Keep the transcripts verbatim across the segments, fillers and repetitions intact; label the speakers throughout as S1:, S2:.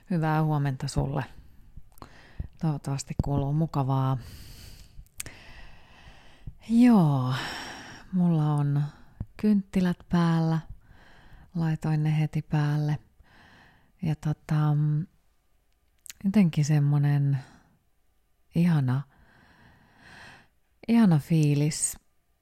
S1: Hyvää huomenta sulle. Toivottavasti kuuluu mukavaa. Joo, mulla on kynttilät päällä. Laitoin ne heti päälle. Ja tota, jotenkin semmonen ihana, ihana fiilis.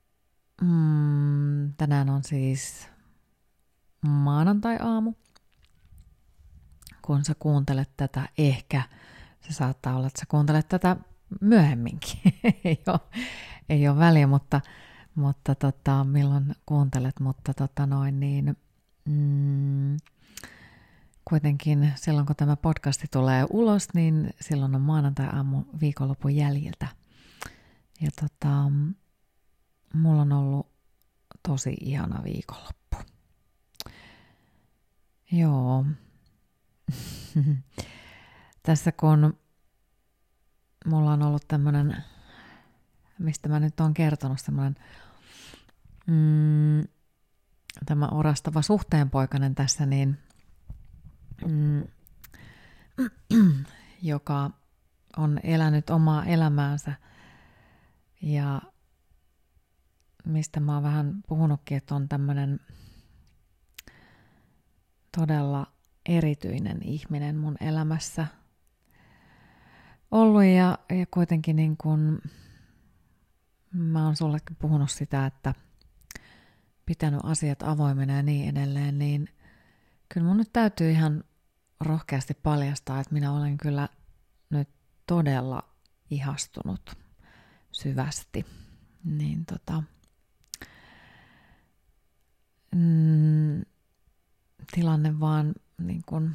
S1: Mm, tänään on siis maanantai-aamu. Kun sä kuuntelet tätä, ehkä se saattaa olla, että sä kuuntelet tätä myöhemminkin. ei, ole, ei ole väliä, mutta, mutta tota, milloin kuuntelet, mutta tota noin niin, mm, kuitenkin silloin kun tämä podcasti tulee ulos, niin silloin on maanantai-aamu viikonlopun jäljiltä. Ja tota, mulla on ollut tosi ihana viikonloppu. Joo. Tässä kun mulla on ollut tämmönen, mistä mä nyt oon kertonut, semmoinen mm, tämä orastava suhteenpoikainen tässä, niin mm, joka on elänyt omaa elämäänsä ja mistä mä oon vähän puhunutkin, että on tämmönen todella erityinen ihminen mun elämässä ollut ja, ja kuitenkin niin kun mä oon sullekin puhunut sitä, että pitänyt asiat avoimena ja niin edelleen, niin kyllä mun nyt täytyy ihan rohkeasti paljastaa, että minä olen kyllä nyt todella ihastunut syvästi. Niin tota, mm, tilanne vaan niin kuin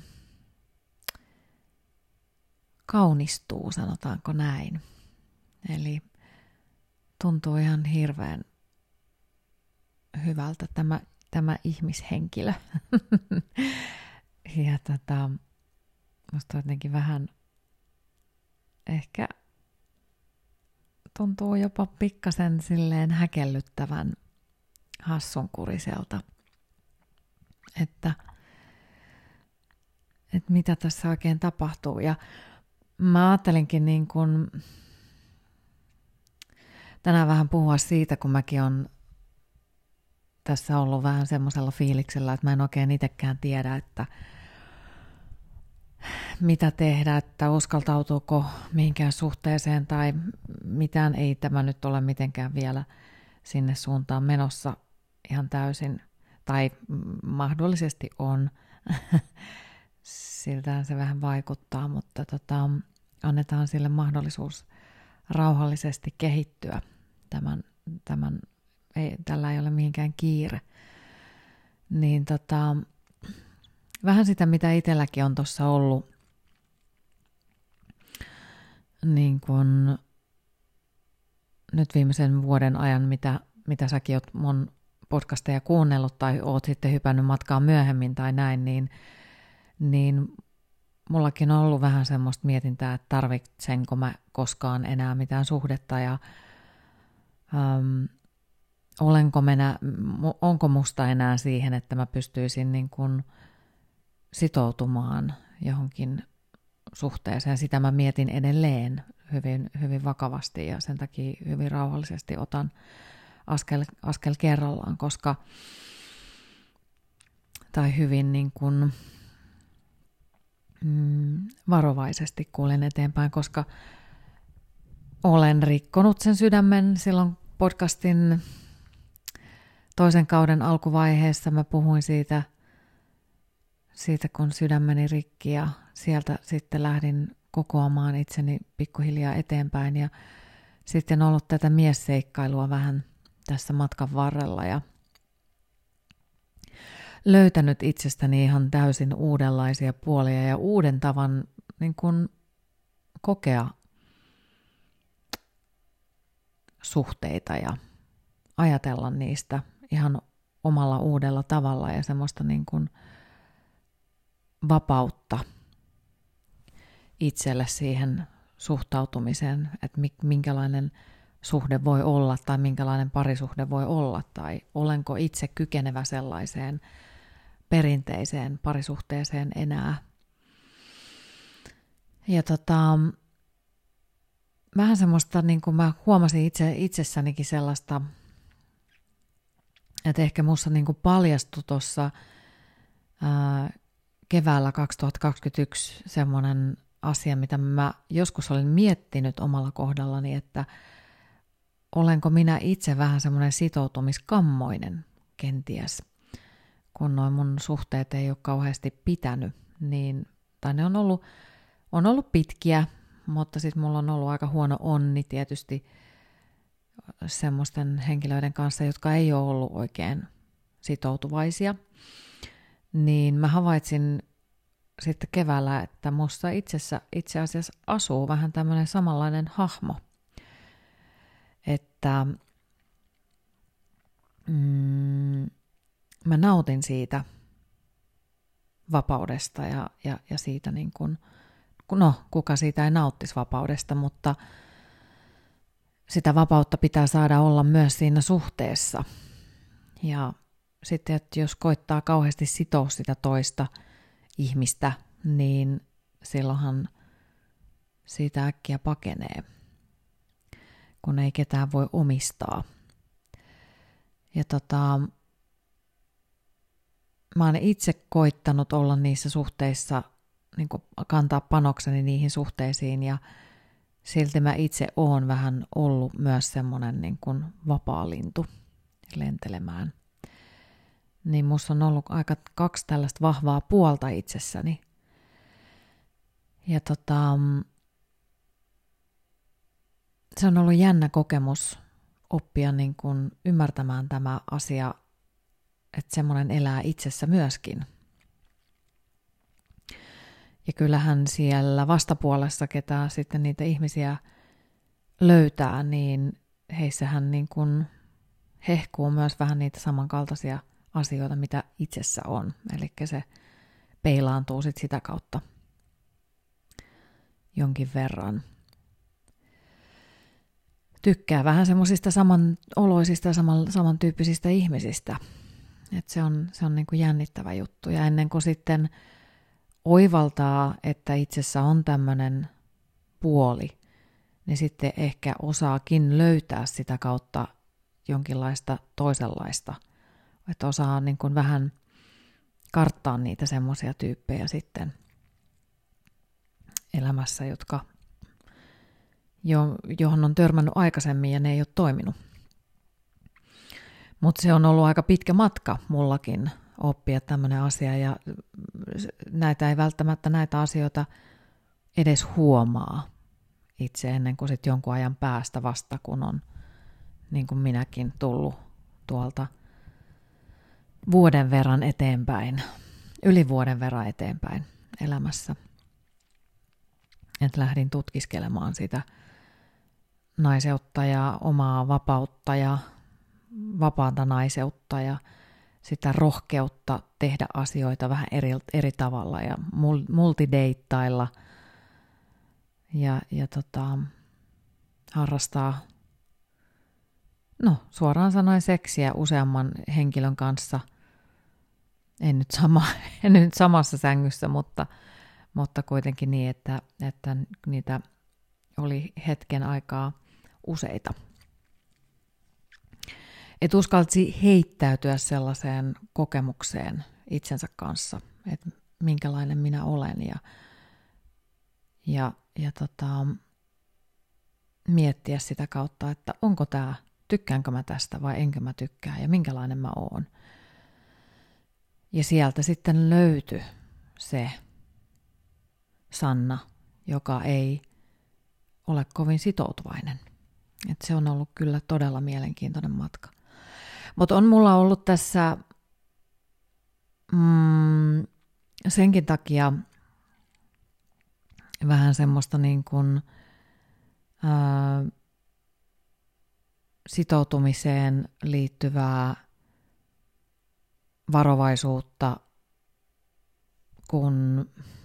S1: kaunistuu, sanotaanko näin. Eli tuntuu ihan hirveän hyvältä tämä, tämä ihmishenkilö. ja tota, musta jotenkin vähän ehkä tuntuu jopa pikkasen silleen häkellyttävän hassunkuriselta, että että mitä tässä oikein tapahtuu. Ja mä ajattelinkin niin kun tänään vähän puhua siitä, kun mäkin on tässä ollut vähän semmoisella fiiliksellä, että mä en oikein itsekään tiedä, että mitä tehdä, että uskaltautuuko mihinkään suhteeseen tai mitään. Ei tämä nyt ole mitenkään vielä sinne suuntaan menossa ihan täysin, tai mahdollisesti on. Siltähän se vähän vaikuttaa, mutta tota, annetaan sille mahdollisuus rauhallisesti kehittyä. Tämän, tämän, ei, tällä ei ole mihinkään kiire. Niin tota, vähän sitä, mitä itselläkin on tuossa ollut, niin kun nyt viimeisen vuoden ajan, mitä, mitä säkin oot mun podcasteja kuunnellut tai oot sitten hypännyt matkaa myöhemmin tai näin, niin niin mullakin on ollut vähän semmoista mietintää, että tarvitsenko mä koskaan enää mitään suhdetta ja äm, olenko minä, onko musta enää siihen, että mä pystyisin niin kuin sitoutumaan johonkin suhteeseen. Sitä mä mietin edelleen hyvin, hyvin vakavasti ja sen takia hyvin rauhallisesti otan askel, askel kerrallaan, koska tai hyvin niin kuin Mm, varovaisesti kuulen eteenpäin, koska olen rikkonut sen sydämen silloin podcastin toisen kauden alkuvaiheessa. Mä puhuin siitä, siitä kun sydämeni rikki ja sieltä sitten lähdin kokoamaan itseni pikkuhiljaa eteenpäin ja sitten ollut tätä miesseikkailua vähän tässä matkan varrella ja löytänyt itsestäni ihan täysin uudenlaisia puolia ja uuden tavan niin kuin kokea suhteita ja ajatella niistä ihan omalla uudella tavalla ja semmoista niin kuin vapautta itselle siihen suhtautumiseen, että minkälainen suhde voi olla tai minkälainen parisuhde voi olla tai olenko itse kykenevä sellaiseen perinteiseen parisuhteeseen enää. Ja tota, vähän semmoista, niin kuin mä huomasin itse, itsessänikin sellaista, että ehkä musta niin kuin paljastui tuossa keväällä kaksituhattakaksikymmentäyksi semmoinen asia, mitä mä joskus olin miettinyt omalla kohdallani, että olenko minä itse vähän semmoinen sitoutumiskammoinen kenties, kun noin mun suhteet ei ole kauheasti pitänyt, niin, tai ne on ollut, on ollut pitkiä, mutta sitten mulla on ollut aika huono onni tietysti semmoisten henkilöiden kanssa, jotka ei ole ollut oikein sitoutuvaisia, niin mä havaitsin sitten keväällä, että musta itsessä, itse asiassa asuu vähän tämmöinen samanlainen hahmo, että mm, mä nautin siitä vapaudesta ja, ja, ja siitä niin kuin, no kuka siitä ei nauttisi vapaudesta, mutta sitä vapautta pitää saada olla myös siinä suhteessa. Ja sitten, että jos koittaa kauheasti sitoa sitä toista ihmistä, niin silloinhan siitä äkkiä pakenee, kun ei ketään voi omistaa. Ja tota, mä oon itse koittanut olla niissä suhteissa, niin kuin kantaa panokseni niihin suhteisiin, ja silti mä itse oon vähän ollut myös semmoinen niin kuin vapaa lintu lentelemään. Niin musta on ollut aika kaksi tällaista vahvaa puolta itsessäni. Ja tota, se on ollut jännä kokemus oppia niin kuin ymmärtämään tämä asia, että semmoinen elää itsessä myöskin. Ja kyllähän siellä vastapuolessa, ketä sitten niitä ihmisiä löytää, niin heissähän niin kuin hehkuu myös vähän niitä samankaltaisia asioita, mitä itsessä on. Eli se peilaantuu sit sitä kautta jonkin verran. Tykkää vähän semmoisista samanoloisista ja saman, samantyyppisistä ihmisistä. Et se on, se on niin kuin jännittävä juttu. Ja ennen kuin sitten oivaltaa, että itsessä on tämmöinen puoli, niin sitten ehkä osaakin löytää sitä kautta jonkinlaista toisenlaista. Että osaa niin kuin vähän karttaa niitä semmoisia tyyppejä sitten elämässä, jotka jo, johon on törmännyt aikaisemmin ja ne ei ole toiminut. Mutta se on ollut aika pitkä matka mullakin oppia tämmöinen asia, ja näitä ei välttämättä näitä asioita edes huomaa itse ennen kuin sitten jonkun ajan päästä vasta, kun on niin kuin minäkin tullut tuolta vuoden verran eteenpäin, yli vuoden verran eteenpäin elämässä. Et lähdin tutkiskelemaan sitä naiseutta ja omaa vapautta ja vapaata naiseutta ja sitä rohkeutta tehdä asioita vähän eri, eri tavalla ja multideittailla ja, ja tota, harrastaa, no suoraan sanoen seksiä useamman henkilön kanssa. En nyt, sama, en nyt samassa sängyssä, mutta, mutta kuitenkin niin, että, että niitä oli hetken aikaa useita. Et uskalsi heittäytyä sellaiseen kokemukseen itsensä kanssa, että minkälainen minä olen ja, ja, ja tota, miettiä sitä kautta, että onko tämä, tykkäänkö mä tästä vai enkö mä tykkää ja minkälainen mä oon. Ja sieltä sitten löytyi se Sanna, joka ei ole kovin sitoutuvainen. Et se on ollut kyllä todella mielenkiintoinen matka. Mutta on mulla ollut tässä mm, senkin takia vähän semmoista niin kuin, ää, sitoutumiseen liittyvää varovaisuutta, kun,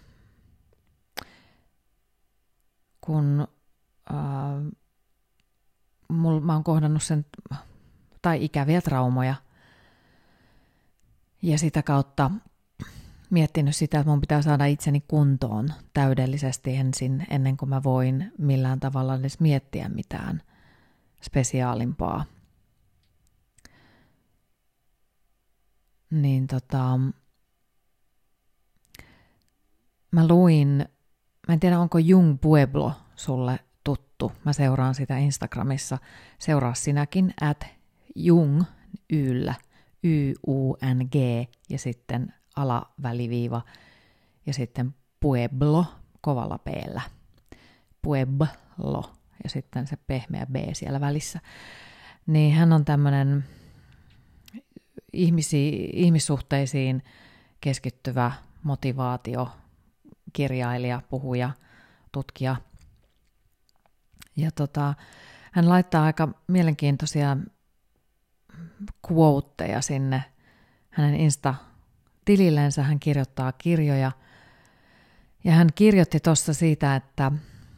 S1: kun ää, mul, mä oon kohdannut sen tai ikäviä traumoja. Ja sitä kautta miettinyt sitä, että mun pitää saada itseni kuntoon täydellisesti ensin, ennen kuin mä voin millään tavalla edes miettiä mitään spesiaalimpaa. Niin tota, mä luin, mä en tiedä onko Jung Pueblo sulle tuttu, mä seuraan sitä Instagramissa, seuraa sinäkin, at Jung yllä, Y U N G ja sitten alaväliviiva ja sitten Pueblo kovalla P:llä, Pueblo ja sitten se pehmeä B siellä välissä. Niin hän on tämmönen ihmisi, ihmissuhteisiin keskittyvä motivaatio, kirjailija, puhuja, tutkija. Ja tota, hän laittaa aika mielenkiintoisia quoteja sinne hänen Insta-tilillensä. Hän kirjoittaa kirjoja. Ja hän kirjoitti tuossa siitä, että,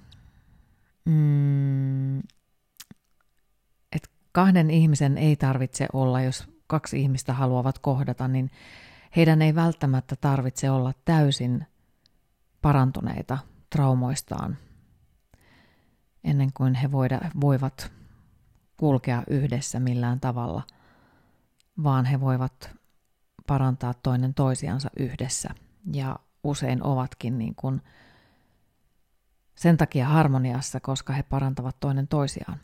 S1: mm, että kahden ihmisen ei tarvitse olla, jos kaksi ihmistä haluavat kohdata, niin heidän ei välttämättä tarvitse olla täysin parantuneita traumoistaan ennen kuin he voida, voivat kulkea yhdessä millään tavalla, vaan he voivat parantaa toinen toisiansa yhdessä ja usein ovatkin niin kuin sen takia harmoniassa, koska he parantavat toinen toisiaan.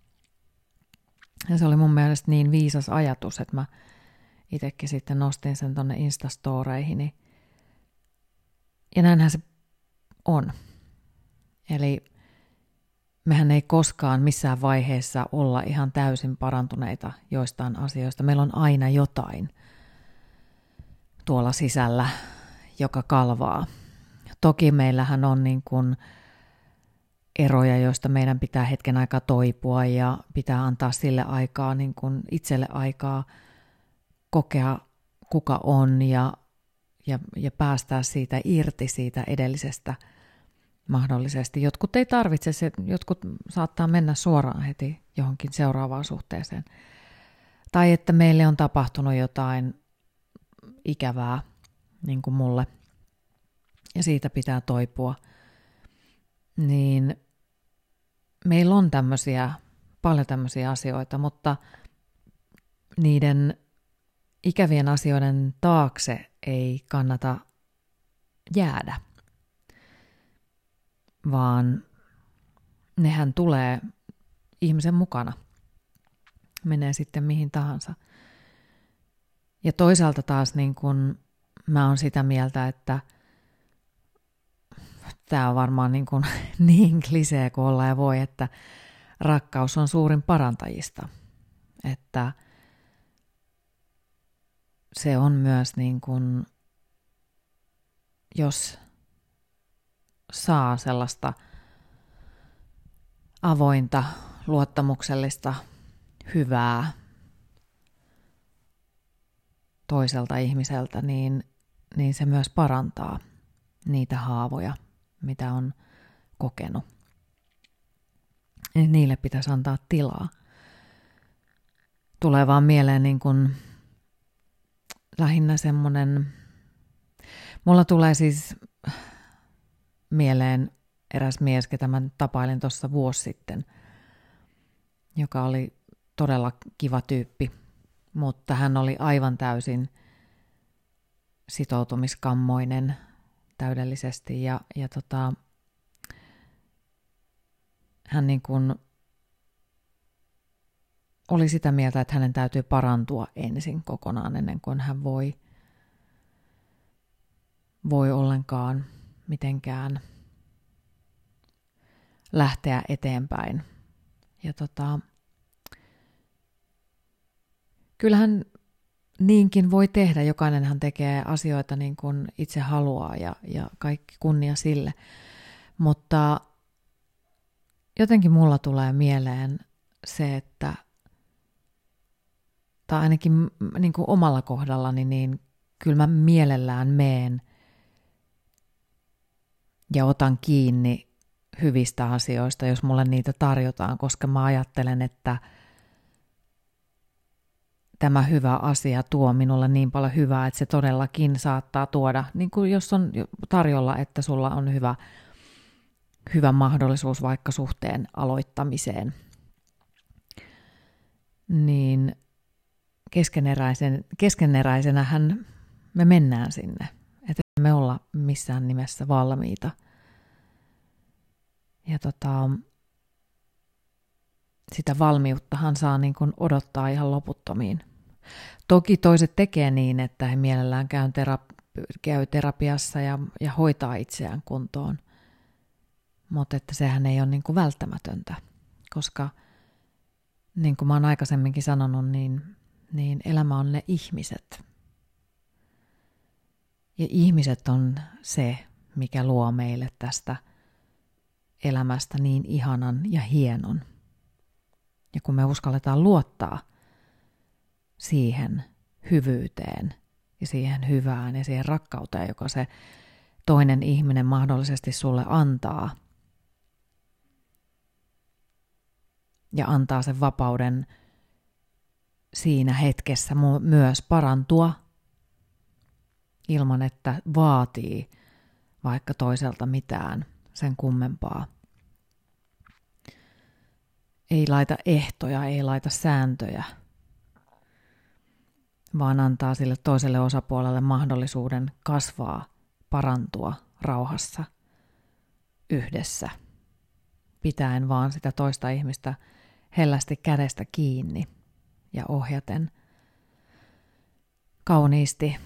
S1: Ja se oli mun mielestä niin viisas ajatus, että mä itsekin sitten nostin sen tonne Instastoreihini. Ja näinhän se on. Eli mehän ei koskaan missään vaiheessa olla ihan täysin parantuneita joistain asioista. Meillä on aina jotain tuolla sisällä, joka kalvaa. Toki meillähän on niin kuin eroja, joista meidän pitää hetken aikaa toipua ja pitää antaa sille aikaa, niin kuin itselle aikaa kokea kuka on ja, ja, ja päästää siitä irti siitä edellisestä mahdollisesti. Jotkut ei tarvitse, se, jotkut saattaa mennä suoraan heti johonkin seuraavaan suhteeseen. Tai että meille on tapahtunut jotain ikävää, niin kuin mulle, ja siitä pitää toipua. Niin meillä on tämmöisiä, paljon tämmöisiä asioita, mutta niiden ikävien asioiden taakse ei kannata jäädä, vaan nehän tulee ihmisen mukana, menee sitten mihin tahansa. Ja toisaalta taas niin kun mä oon sitä mieltä, että tämä on varmaan niin, kuin niin klisee kuin olla ja voi, että rakkaus on suurin parantajista. Että se on myös niin kuin, jos saa sellaista avointa, luottamuksellista, hyvää toiselta ihmiseltä, niin, niin se myös parantaa niitä haavoja, mitä on kokenut. Ja niille pitäisi antaa tilaa. Tulee vaan mieleen niin kuin lähinnä semmoinen, mulla tulee siis mieleen eräs mies, ketä mä tapailin tuossa vuosi sitten, joka oli todella kiva tyyppi, mutta hän oli aivan täysin sitoutumiskammoinen täydellisesti ja, ja tota, hän niin kuin oli sitä mieltä, että hänen täytyy parantua ensin kokonaan ennen kuin hän voi, voi ollenkaan mitenkään lähteä eteenpäin. Ja tota, kyllähän niinkin voi tehdä, jokainenhan tekee asioita niin kuin itse haluaa ja, ja kaikki kunnia sille, mutta jotenkin mulla tulee mieleen se, että tai ainakin niin kuin omalla kohdallani, niin kyllä mä mielellään meen ja otan kiinni hyvistä asioista, jos mulle niitä tarjotaan, koska mä ajattelen, että tämä hyvä asia tuo minulle niin paljon hyvää, että se todellakin saattaa tuoda, niin kuin jos on tarjolla, että sulla on hyvä, hyvä mahdollisuus vaikka suhteen aloittamiseen, niin keskeneräisen, keskeneräisenähän me mennään sinne, että me olla missään nimessä valmiita. Ja tota, sitä valmiuttahan saa niin kuin odottaa ihan loputtomiin. Toki toiset tekee niin, että he mielellään käy, terapi- käy terapiassa ja, ja hoitaa itseään kuntoon, mutta että sehän ei ole niin kuin välttämätöntä, koska niin kuin mä oon aikaisemminkin sanonut, niin, niin elämä on ne ihmiset. Ja ihmiset on se, mikä luo meille tästä elämästä niin ihanan ja hienon. Ja kun me uskalletaan luottaa siihen hyvyyteen ja siihen hyvään ja siihen rakkauteen, joka se toinen ihminen mahdollisesti sulle antaa, ja antaa sen vapauden siinä hetkessä myös parantua ilman, että vaatii vaikka toiselta mitään sen kummempaa. Ei laita ehtoja, ei laita sääntöjä, vaan antaa sille toiselle osapuolelle mahdollisuuden kasvaa, parantua rauhassa yhdessä, pitäen vaan sitä toista ihmistä hellästi kädestä kiinni ja ohjaten kauniisti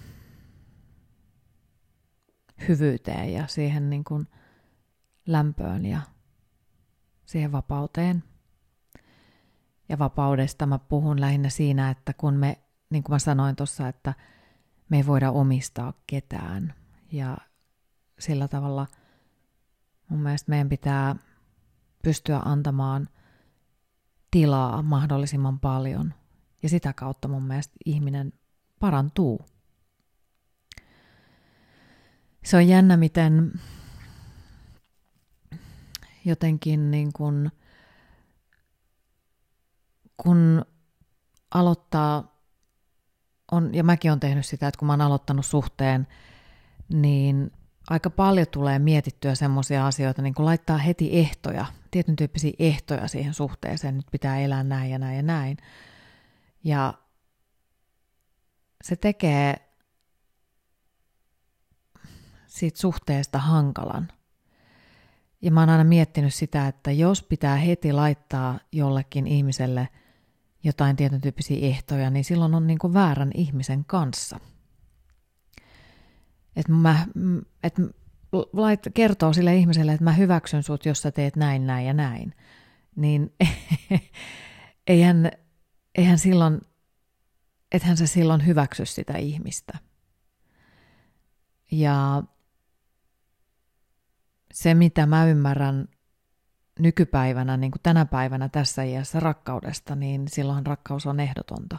S1: hyvyyteen ja siihen niin kuin lämpöön ja siihen vapauteen. Ja vapaudesta mä puhun lähinnä siinä, että kun me, niin kuin mä sanoin tuossa, että me ei voida omistaa ketään. Ja sillä tavalla mun mielestä meidän pitää pystyä antamaan tilaa mahdollisimman paljon. Ja sitä kautta mun mielestä ihminen parantuu. Se on jännä, miten jotenkin niin kuin, kun aloittaa, on, ja mäkin olen tehnyt sitä, että kun mä oon aloittanut suhteen, niin aika paljon tulee mietittyä semmoisia asioita, niin kuin laittaa heti ehtoja, tietyn tyyppisiä ehtoja siihen suhteeseen, nyt pitää elää näin ja näin ja näin. Ja se tekee siitä suhteesta hankalan. Ja mä oon aina miettinyt sitä, että jos pitää heti laittaa jollekin ihmiselle jotain tietyn tyyppisiä ehtoja, niin silloin on niin kuin väärän ihmisen kanssa. Että mä et lait, kertoo sille ihmiselle, että mä hyväksyn sut, jos sä teet näin, näin ja näin. Niin eihän, eihän silloin, ethän sä silloin hyväksy sitä ihmistä. Ja se, mitä mä ymmärrän nykypäivänä, niin kuin tänä päivänä tässä iässä rakkaudesta, niin silloin rakkaus on ehdotonta.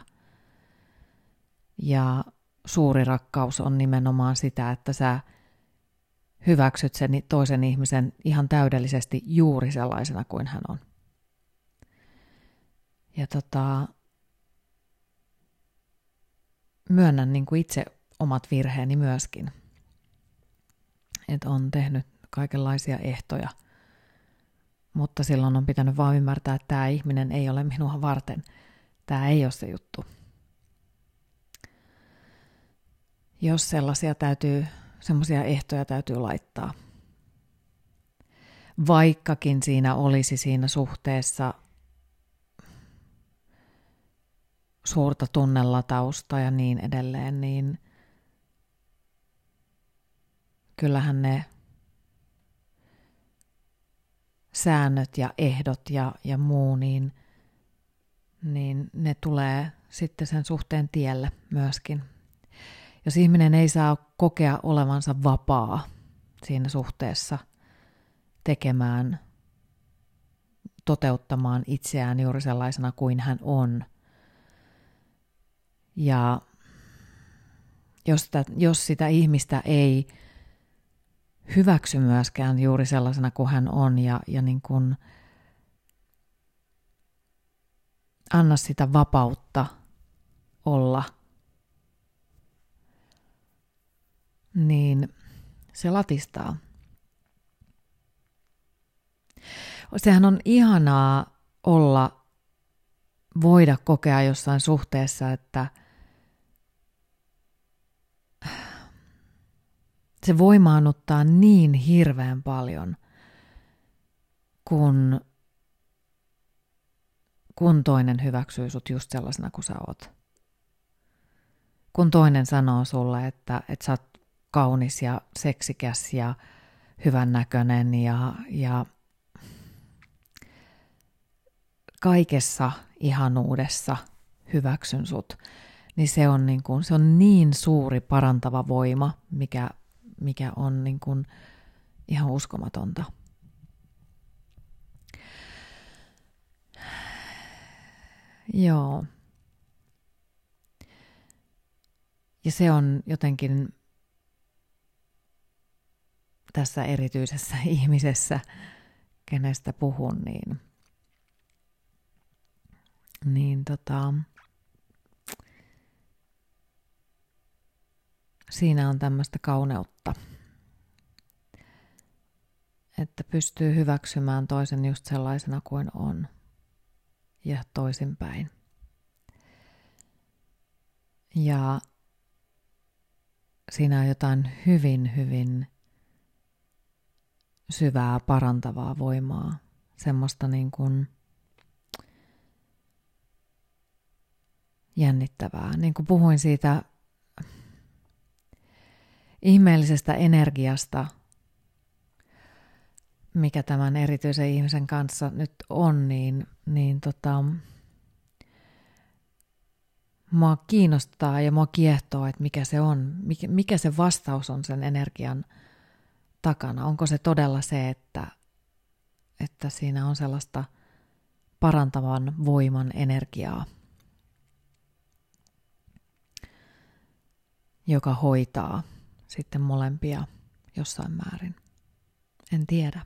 S1: Ja suuri rakkaus on nimenomaan sitä, että sä hyväksyt sen toisen ihmisen ihan täydellisesti juuri sellaisena kuin hän on. Ja tota, myönnän niin kuin itse omat virheeni myöskin. Että on tehnyt kaikenlaisia ehtoja, mutta silloin on pitänyt vaan ymmärtää, että tämä ihminen ei ole minua varten. Tämä ei ole se juttu. Jos sellaisia täytyy, semmoisia ehtoja täytyy laittaa. Vaikkakin siinä olisi siinä suhteessa suurta tunnelatausta ja niin edelleen, niin kyllähän ne säännöt ja ehdot ja, ja muu, niin, niin ne tulee sitten sen suhteen tielle myöskin. Jos ihminen ei saa kokea olevansa vapaa siinä suhteessa tekemään, toteuttamaan itseään juuri sellaisena kuin hän on, ja jos sitä, jos sitä ihmistä ei hyväksy myöskään juuri sellaisena kuin hän on ja, ja niin kuin anna sitä vapautta olla, niin se latistaa. Sehän on ihanaa olla, voida kokea jossain suhteessa, että se voimaannuttaa niin hirveän paljon, kun, kun toinen hyväksyy sut just sellaisena kuin sä oot. Kun toinen sanoo sulle, että, että sä oot kaunis ja seksikäs ja hyvännäköinen ja, ja kaikessa ihanuudessa hyväksyn sut, niin se on niin, kuin, se on niin suuri parantava voima, mikä, mikä on niin kuin ihan uskomatonta. Joo. Ja se on jotenkin tässä erityisessä ihmisessä, kenestä puhun, niin, niin tota, siinä on tämmöistä kauneutta, että pystyy hyväksymään toisen just sellaisena kuin on ja toisinpäin. Ja siinä on jotain hyvin, hyvin syvää, parantavaa voimaa. Semmoista niin kuin jännittävää. Niin kuin puhuin siitä ihmeellisestä energiasta, mikä tämän erityisen ihmisen kanssa nyt on, niin, niin tota, mua kiinnostaa ja mua kiehtoo, että mikä se on, mikä, mikä se vastaus on sen energian takana. Onko se todella se, että, että siinä on sellaista parantavan voiman energiaa, joka hoitaa sitten molempia jossain määrin. En tiedä.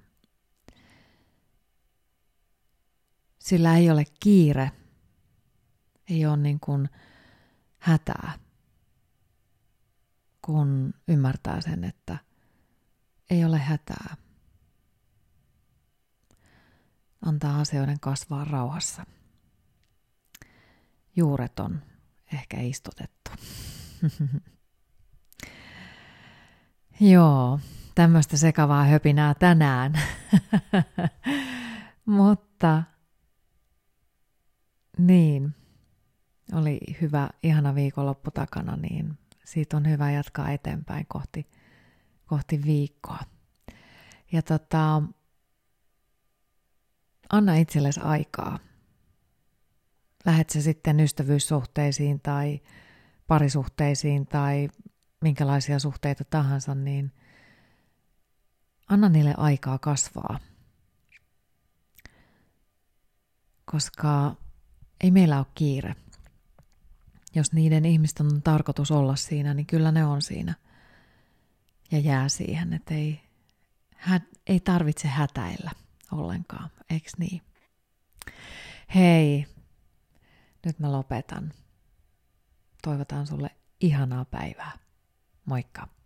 S1: Sillä ei ole kiire, ei ole niin kuin hätää, kun ymmärtää sen, että ei ole hätää. Antaa asioiden kasvaa rauhassa. Juuret on ehkä istutettu. Joo, tämmöistä sekavaa höpinää tänään. Mutta niin, oli hyvä, ihana viikonloppu takana, niin siitä on hyvä jatkaa eteenpäin kohti, kohti viikkoa. Ja tota, anna itsellesi aikaa. Lähet se sitten ystävyyssuhteisiin tai parisuhteisiin tai minkälaisia suhteita tahansa, niin anna niille aikaa kasvaa. Koska ei meillä ole kiire. Jos niiden ihmisten on tarkoitus olla siinä, niin kyllä ne on siinä. Ja jää siihen, että ei, hä, ei tarvitse hätäillä ollenkaan. Eiks niin? Hei, nyt mä lopetan. Toivotan sulle ihanaa päivää. Moikka!